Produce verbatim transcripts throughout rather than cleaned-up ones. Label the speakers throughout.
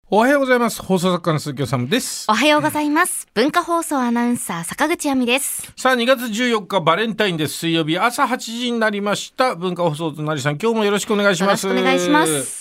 Speaker 1: おはようございます。放送作家の鈴木おさむです。
Speaker 2: おはようございます。文化放送アナウンサー坂口亜美です。
Speaker 1: さあにがつじゅうよっかバレンタインです。水曜日朝はちじになりました。文化放送となりさん、今日もよろしくお願いします。
Speaker 2: よろしくお願いします。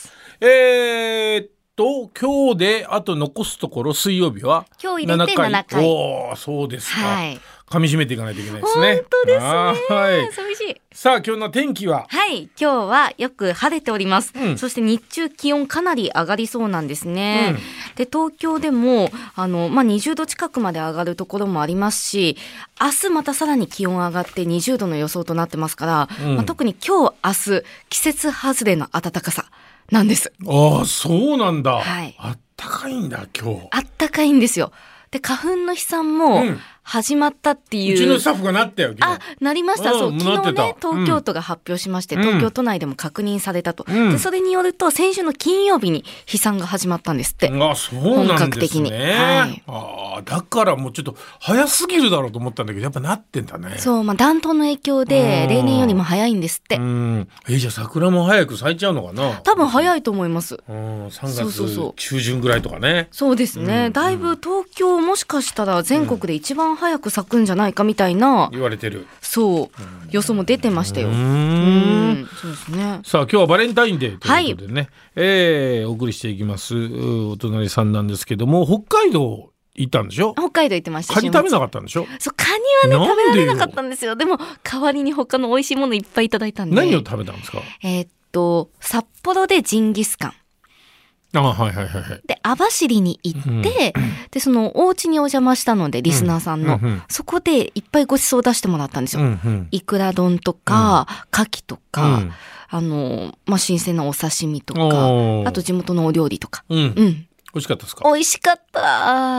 Speaker 1: えーっと今日であと残すところ水曜日は
Speaker 2: 今日入れてななかい。
Speaker 1: おー、そうですか、
Speaker 2: はい、
Speaker 1: 噛み締めていかないといけないですね。
Speaker 2: 本当ですね、
Speaker 1: はい、
Speaker 2: 寂しい。
Speaker 1: さあ今日の天気は、
Speaker 2: はい、今日はよく晴れております、
Speaker 1: うん、
Speaker 2: そして日中気温かなり上がりそうなんですね、
Speaker 1: うん、で
Speaker 2: 東京でもあの、まあ、にじゅうど近くまで上がるところもありますし、明日またさらに気温上がってにじゅうどの予想となってますから、うん、まあ、特に今日明日季節外れの暖かさなんです。
Speaker 1: ああ、そうなんだ、
Speaker 2: はい、
Speaker 1: あったかいんだ今日。
Speaker 2: あったかいんですよ。で花粉の飛散も始まったっていう、
Speaker 1: うん、うちのスタッフがなったよ。
Speaker 2: あ、なりました、うん、そう昨日ね東京都が発表しまして、うん、東京都内でも確認されたと、うん、でそれによると先週の金曜日に飛散が始まったんですって。
Speaker 1: あ、そうなんですね。本格的に、はい、あ、だからもうちょっと早すぎるだろうと思ったんだけどやっぱなってんだね。
Speaker 2: そう、まあ、暖冬の影響で例年よりも早いんですって。
Speaker 1: うん、えじゃあ桜も早く咲いちゃうのかな。
Speaker 2: 多分早いと思います。
Speaker 1: うん、さんがつ中旬ぐらいとかね。
Speaker 2: そうですね、うん、だいぶ東京もしかしたら全国で一番早く咲くんじゃないかみたいな、
Speaker 1: 言われてる、
Speaker 2: そう、うん、予想も出てましたよ。うーん、うん、そうですね。
Speaker 1: さあ今日はバレンタインデーということでね、はい、えー、お送りしていきます。お隣さんなんですけども、北海道行ったんでしょ。
Speaker 2: 北海道行ってました。
Speaker 1: カニ食べなかったんでしょ。
Speaker 2: そう、カニはね食べられなかったんですよ。でも代わりに他の美味しいものいっぱいいただいたんで。
Speaker 1: 何を食べたんですか。
Speaker 2: えー、っと札幌でジンギスカン、
Speaker 1: あ、はいはいはいはい、で
Speaker 2: 網走に行って、うん、でそのお家にお邪魔したのでリスナーさんの、うんうんうん、そこでいっぱいご馳走出してもらったんですよ、うんうん、いくら丼とか、うん、牡蠣とか、うん、あの、まあ、新鮮なお刺身とか、あと地元のお料理とか、
Speaker 1: うんうん、美味しかったですか。
Speaker 2: 美味しかった。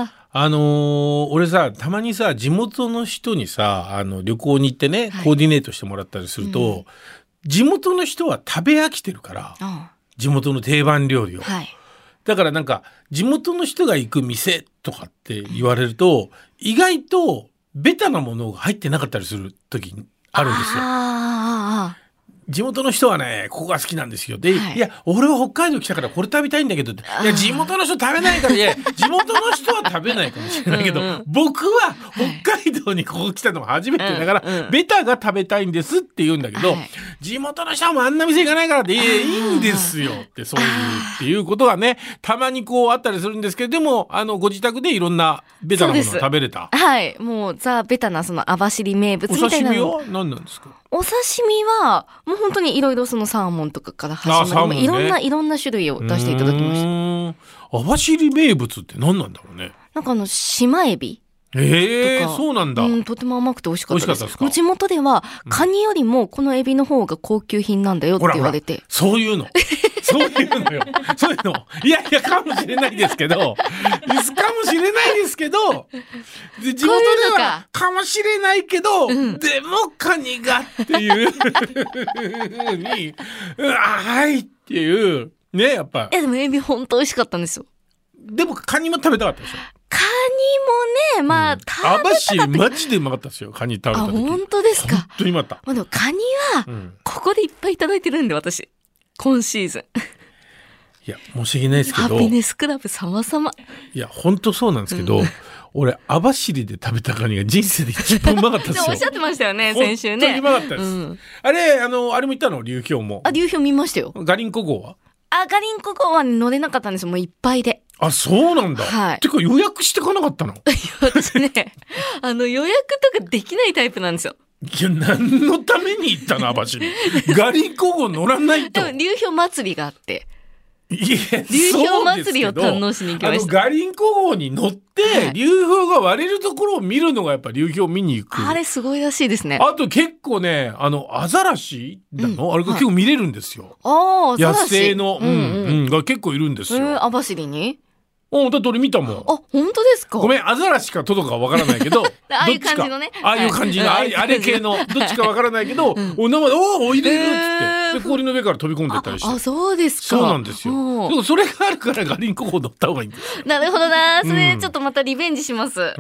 Speaker 1: あのー、俺さたまにさ地元の人にさあの旅行に行ってね、はい、コーディネートしてもらったりすると、うん、地元の人は食べ飽きてるから、うん、地元の定番料理を、はい、だからなんか地元の人が行く店とかって言われると、意外とベタなものが入ってなかったりする時あるんですよ。あ、地元の人はねここが好きなんですよ。で、はい、いや俺は北海道来たからこれ食べたいんだけど、いや地元の人食べないから、いや地元の人は食べないかもしれないけどうん、うん、僕は北海道にここ来たのが初めてだから、うんうん、ベタが食べたいんですって言うんだけど、はい、地元の人はもうあんな店行かないからって、いやいいんですよってそういうっていうことがねたまにこうあったりするんですけど、でもあのご自宅でいろんなベタなものを食べれた。
Speaker 2: はい、もうザ・ベタなその網走名物みたいなの。
Speaker 1: お刺身は何なんですか。
Speaker 2: お刺身はもう本当にいろいろそのサーモンとかから始まり、ね、いろんないろんな種類を出していただきました。
Speaker 1: 網走名物って何なんだろうね。
Speaker 2: なんかあの島エビ
Speaker 1: えー、そうなんだ、
Speaker 2: うん、とても甘くて美味しかったです。
Speaker 1: ですか。
Speaker 2: もう地元ではカニよりもこのエビの方が高級品なんだよって言われて、
Speaker 1: ほらほらそういうのそういうのよそういうのいやいやかもしれないですけどかもしれないですけどで地元ではかもしれないけど、うん、でもカニがっていうにうわはいっていうね、やっぱ。
Speaker 2: えでもエビ本当美味しかったんですよ。
Speaker 1: でもカニも食べたかったでしょ。
Speaker 2: カニもね、まあ、うん、食べたかった。
Speaker 1: 網走マジでうまかったですよ。カニ食べた時。あ、
Speaker 2: 本当ですか。
Speaker 1: 本当にうまかった。
Speaker 2: まあ、でもカニはここでいっぱいいただいてるんで、私今シーズン。
Speaker 1: いや申し訳ないですけど。
Speaker 2: ハピネスクラブ様々。
Speaker 1: いや本当そうなんですけど、うん、俺網走で食べたカニが人生で一番うまかったですよ。
Speaker 2: でもおっしゃってましたよね先週ね。
Speaker 1: 本当にうまかったです。うん、あれあのあれも行ったの流氷も。
Speaker 2: あ流氷見ましたよ。
Speaker 1: ガリンコ号は。
Speaker 2: あガリンコ号は乗れなかったんですよ。もういっぱいで。
Speaker 1: あそうなんだ、
Speaker 2: はい、
Speaker 1: てか予約してかなかったの。
Speaker 2: 私ねあの予約とかできないタイプなんですよ。
Speaker 1: いや何のために行ったの網走ガリンコ号乗らないと。
Speaker 2: でも流氷祭りがあって
Speaker 1: いや
Speaker 2: 流氷祭りを堪能しに行きました。
Speaker 1: あのガリンコ号に乗って、はい、流氷が割れるところを見るのがやっぱ流氷見に行く。
Speaker 2: あれすごいらしいですね。
Speaker 1: あと結構ねあのアザラシなの、うん、あれが結構見れるんですよ、
Speaker 2: はい、
Speaker 1: 野生の、うんうんうん、が結構いるんですよ。
Speaker 2: えー、網走に。
Speaker 1: おだって俺見たもん。
Speaker 2: あ本当ですか。
Speaker 1: ごめんアザラシかトドかわからないけど
Speaker 2: ああいう感じのね
Speaker 1: ああいう感じの、はい、あれ系のどっちかわからないけど、うん、お生でおお入れるっつって、えー、で氷の上から飛び込んでったりして。
Speaker 2: あ, あそうですか。
Speaker 1: そうなんですよ。でもそれがあるからガリンコ号乗った方がいいんですよ。
Speaker 2: なるほどな。それちょっとまたリベンジします、うん、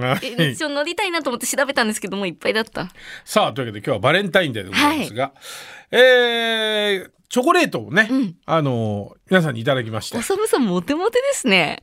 Speaker 2: 一応乗りたいなと思って調べたんですけどもいっぱいだった。
Speaker 1: さあというわけで今日はバレンタインデーでございますが、はい、えー、チョコレートをね、うん、あの皆さんにいただきまして。
Speaker 2: おさむさんモテモテですね。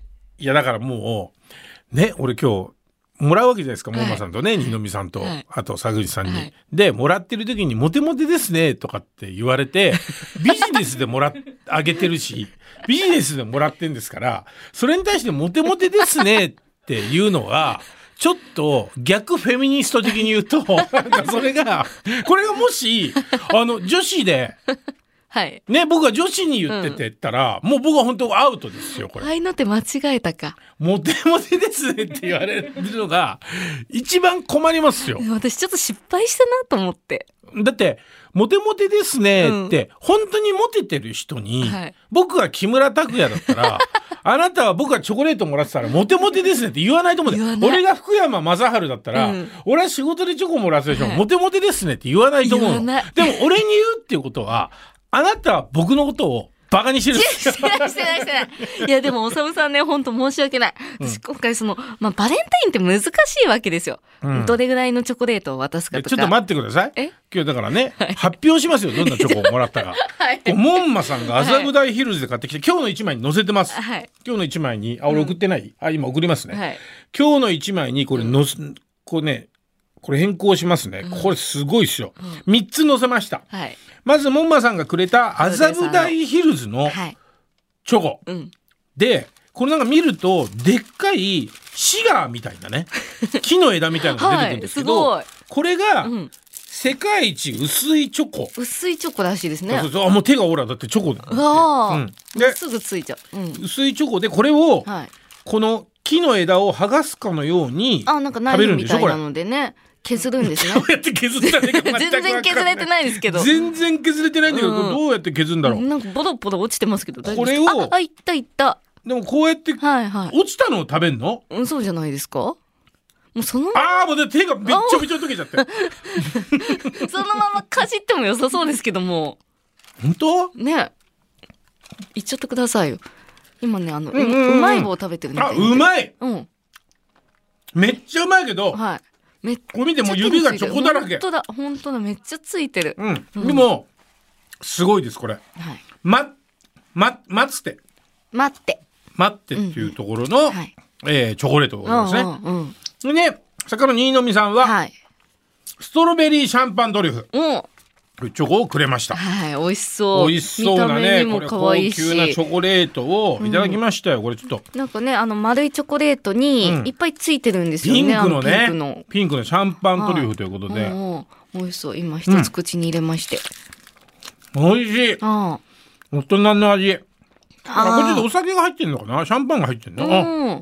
Speaker 1: いやだからもうね俺今日もらうわけじゃないですか、はい、もんまさんとね新見さんと、はい、あと佐口さんに、はい、でもらってる時にモテモテですねとかって言われてビジネスでもらっあげてるしビジネスでもらってんですからそれに対してモテモテですねっていうのはちょっと逆フェミニスト的に言うとなんかそれがこれがもしあの女子ではいね、僕が女子に言っててったら、うん、もう僕は本当アウトですよこれ。
Speaker 2: あいのって間違えたか。
Speaker 1: モテモテですねって言われるのが一番困りますよ。
Speaker 2: 私ちょっと失敗したなと思って。
Speaker 1: だってモテモテですねって、うん、本当にモテてる人に、はい、僕が木村拓哉だったらあなたは僕がチョコレートもらってたらモテモテですねって言わないと思うんだよ。俺が福山雅治だったら、うん、俺は仕事でチョコもらってたでしょ、はい、モテモテですねって言わないと思うの。でも俺に言うっていうことはあなたは僕のことをバカにしてる。
Speaker 2: してないしてないしてない。いやでもおさむさんね本当申し訳ない。私今回その、まあ、バレンタインって難しいわけですよ、うん、どれぐらいのチョコレートを渡すかとか。
Speaker 1: ちょっと待ってください。え今日だからね、はい、発表しますよどんなチョコをもらったか、はい、もんまさんが麻布台ヒルズで買ってきて今日のいちまいに載せてます、はい、今日のいちまいにあ俺送ってない、うん、あ今送りますね、はい、今日のいちまいにこれのす、うん、こうねこれ変更しますね、うん、これすごいですよ、うん、みっつ載せました、はい、まずもんまさんがくれた麻布台ヒルズのチョコ、はいうん、でこれなんか見るとでっかいシガーみたいなね木の枝みたいなのが出てくるんですけど、はい、これが世界一薄いチョコ、
Speaker 2: 薄いチョコらしいですね。
Speaker 1: そうそうあもう手がオラだってチョコだ、
Speaker 2: うわ、うん、ですぐついちゃう、うん、
Speaker 1: 薄いチョコでこれを、はい、この木の枝を剥がすかのように
Speaker 2: あなんかナイフみたいなのでね削るんですね。
Speaker 1: どうやって削ったんだか
Speaker 2: 全然削れてないですけど。
Speaker 1: 全然削れてないんだけど、うん、どうやって削るんだろう。
Speaker 2: なんかボロボロ落ちてますけど大丈夫
Speaker 1: これ
Speaker 2: をああいったいった。
Speaker 1: でもこうやって、はいはい、落ちたのを食べんの？
Speaker 2: うんそうじゃないですか。もうその
Speaker 1: ああもう手がめっちゃめちゃ溶けちゃって
Speaker 2: そのままかじっても良さそうですけども。
Speaker 1: 本当？
Speaker 2: ねいっちゃってくださいよ。今ねあの、うんうんうん、うまい棒を食べてるみたいな。
Speaker 1: あうまい。うんめっちゃうまいけど。
Speaker 2: はい。めっ
Speaker 1: これ見てもう指がチョコだらけ。
Speaker 2: 本当だ本当だめっちゃついてる、
Speaker 1: うんうん、でもすごいですこれ、はい、まま待って
Speaker 2: 待って
Speaker 1: 待ってっていうところの、うんはいえー、チョコレートですね、うんうんうん、で坂の新見さんは、はい、ストロベリーシャンパントリュフ、うんチョコをくれました。
Speaker 2: はい、美味しそう。
Speaker 1: 美味しそうなね、これ高級なチョコレートをいただきましたよ。うん、これちょっと
Speaker 2: なんかね、あの丸いチョコレートにいっぱいついてるんですよね。
Speaker 1: うん、ピンクのね、ピンクのピンクのシャンパントリュフということで、
Speaker 2: はい、美味しそう。今一つ口に入れまして。
Speaker 1: うん、美味しい。あ大人の味。あ、これちょっとお酒が入ってんのかな？シャンパンが入ってんの？うん、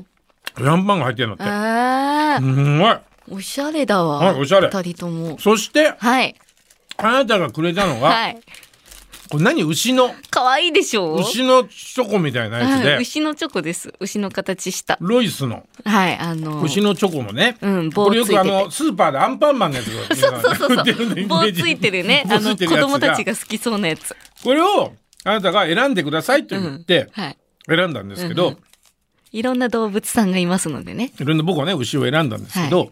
Speaker 1: シャンパンが入ってんのって。えー、うんまい。
Speaker 2: おしゃれだわ。
Speaker 1: はい、おしゃれ。
Speaker 2: 二人とも。
Speaker 1: そして、
Speaker 2: はい。
Speaker 1: あなたがくれたのが、はい、これ何牛の
Speaker 2: 可愛いでしょう
Speaker 1: 牛のチョコみたいなやつで、
Speaker 2: はい、牛のチョコです牛の形した
Speaker 1: ロイスの、
Speaker 2: はいあのー、
Speaker 1: 牛のチョコのね、
Speaker 2: うん、
Speaker 1: 棒ついててこれよくあのスーパーでアンパンマンのやつが
Speaker 2: そうそうそうそう棒ついてるねあの子供たちが好きそうなやつ
Speaker 1: これをあなたが選んでくださいと言って、うんはい、選んだんですけど、うんうん、
Speaker 2: いろんな動物さんがいますのでね
Speaker 1: いろんな僕はね牛を選んだんですけど、はい、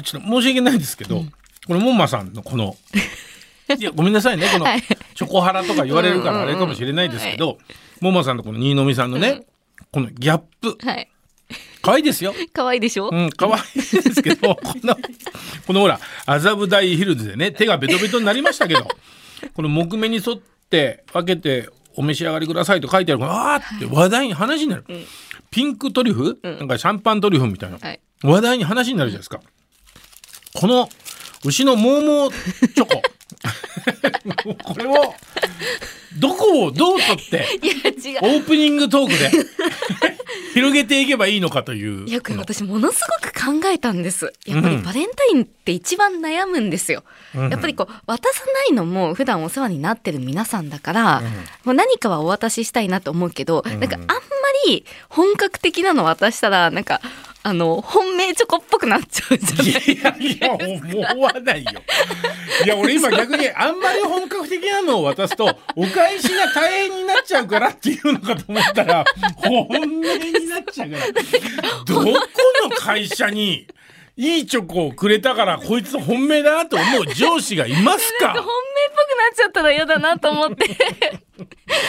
Speaker 1: ちょっと申し訳ないですけど、うんこれもんまさんのこのいやごめんなさいねこのチョコハラとか言われるからあれかもしれないですけど、もんまさんとこの新見さんのね、うん、このギャップ、はい、可愛いですよ
Speaker 2: 可愛いでしょ、
Speaker 1: うん、可愛いですけどこのこのほら麻布台ヒルズでね手がベトベトになりましたけどこの木目に沿って分けてお召し上がりくださいと書いてあるからあーって話題に話になる、はい、ピンクトリュフ、うん、なんかシャンパントリュフみたいな、はい、話題に話になるじゃないですか、うん、この牛のモーモーチョコこれをどこをどう取ってオープニングトークで広げていけばいいのかという
Speaker 2: いやこれ私ものすごく考えたんです。やっぱりバレンタインって一番悩むんですよ、うん、やっぱりこう渡さないのも普段お世話になってる皆さんだから、うん、もう何かはお渡ししたいなと思うけど、うん、なんかあんまり本格的なの渡したらなんかあの本命チョコっぽくなっちゃうじゃない
Speaker 1: いやいや思わないよいや俺今逆にあんまり本格的なのを渡すとお返しが大変になっちゃうからっていうのかと思ったら本命になっちゃうからどこの会社にいいチョコをくれたからこいつ本命だと思う上司がいますか？
Speaker 2: なんか本命っぽくなっちゃったら嫌だなと思って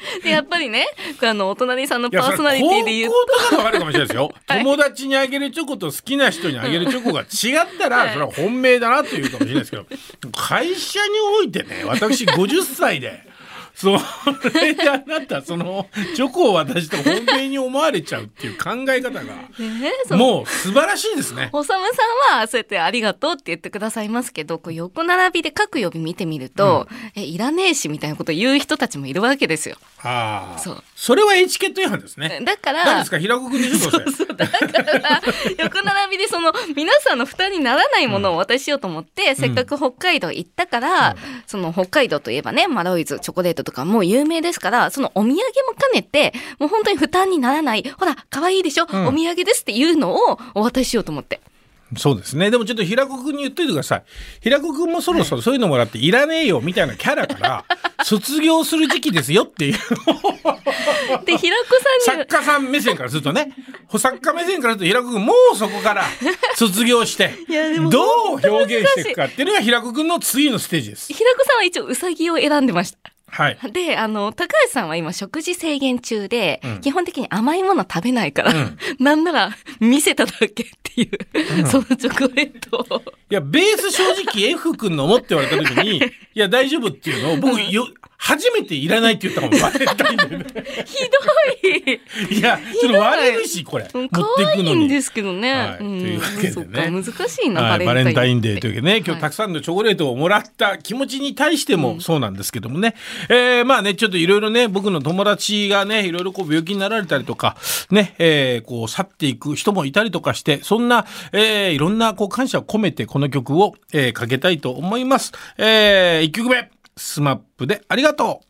Speaker 2: でやっぱりねあのお隣さんのパーソナリティで言うと
Speaker 1: 高校とかが悪いかもしれないですよ、はい、友達にあげるチョコと好きな人にあげるチョコが違ったら、はい、それは本命だなというかもしれないですけど会社においてね私ごじゅっさいでそれであなたそのチョコを渡して本命に思われちゃうっていう考え方がもう素晴らしいですね。
Speaker 2: おさむさんはそうやってありがとうって言ってくださいますけどこう横並びで各曜日見てみると、うん、えいらねえしみたいなことを言う人たちもいるわけですよ。
Speaker 1: ああ そ, それはエチケット違反ですね。
Speaker 2: だから
Speaker 1: 何ですか平子君でしょ。
Speaker 2: そうそうだから横並びでその皆さんの負担にならないものをお渡ししようと思って、うん、せっかく北海道行ったから、うん、その北海道といえばねマロイズチョコレートとかもう有名ですからそのお土産も兼ねてもう本当に負担にならないほら可愛いでしょ、うん、お土産ですっていうのをお渡ししようと思って。
Speaker 1: そうですね。でもちょっと平子くんに言っといてください。平子くんもそろそろそういうのもらっていらねえよみたいなキャラから卒業する時期ですよっていう
Speaker 2: で平子さんに
Speaker 1: 作家さん目線からするとね作家目線からすると平子くんもうそこから卒業してどう表現していくかっていうのが平子くんの次のステージです。
Speaker 2: 平子さんは一応うさぎを選んでました。
Speaker 1: はい、で
Speaker 2: あの高橋さんは今食事制限中で、うん、基本的に甘いもの食べないから、うん、なんなら見せただけっていう、うん、そのチョコレートを
Speaker 1: いやベース正直 F 君のもって言われた時にいや大丈夫っていうのを僕よ初めていらないって言ったかもバレンタインデーで
Speaker 2: ひどい
Speaker 1: いやちょっと悪いしこれ持っていくのに
Speaker 2: 可愛いんですけどね、
Speaker 1: はい、うん、というわけでね
Speaker 2: 難しいな、
Speaker 1: はい、バレンタインデーというわけでね今日たくさんのチョコレートをもらった気持ちに対してもそうなんですけどもね、うん、えー、まあねちょっといろいろね僕の友達がねいろいろこう病気になられたりとかね、えー、こう去っていく人もいたりとかしてそんな、えー、いろんなこう感謝を込めてこの曲を、えー、かけたいと思います。えー、いっきょくめスマップでありがとう。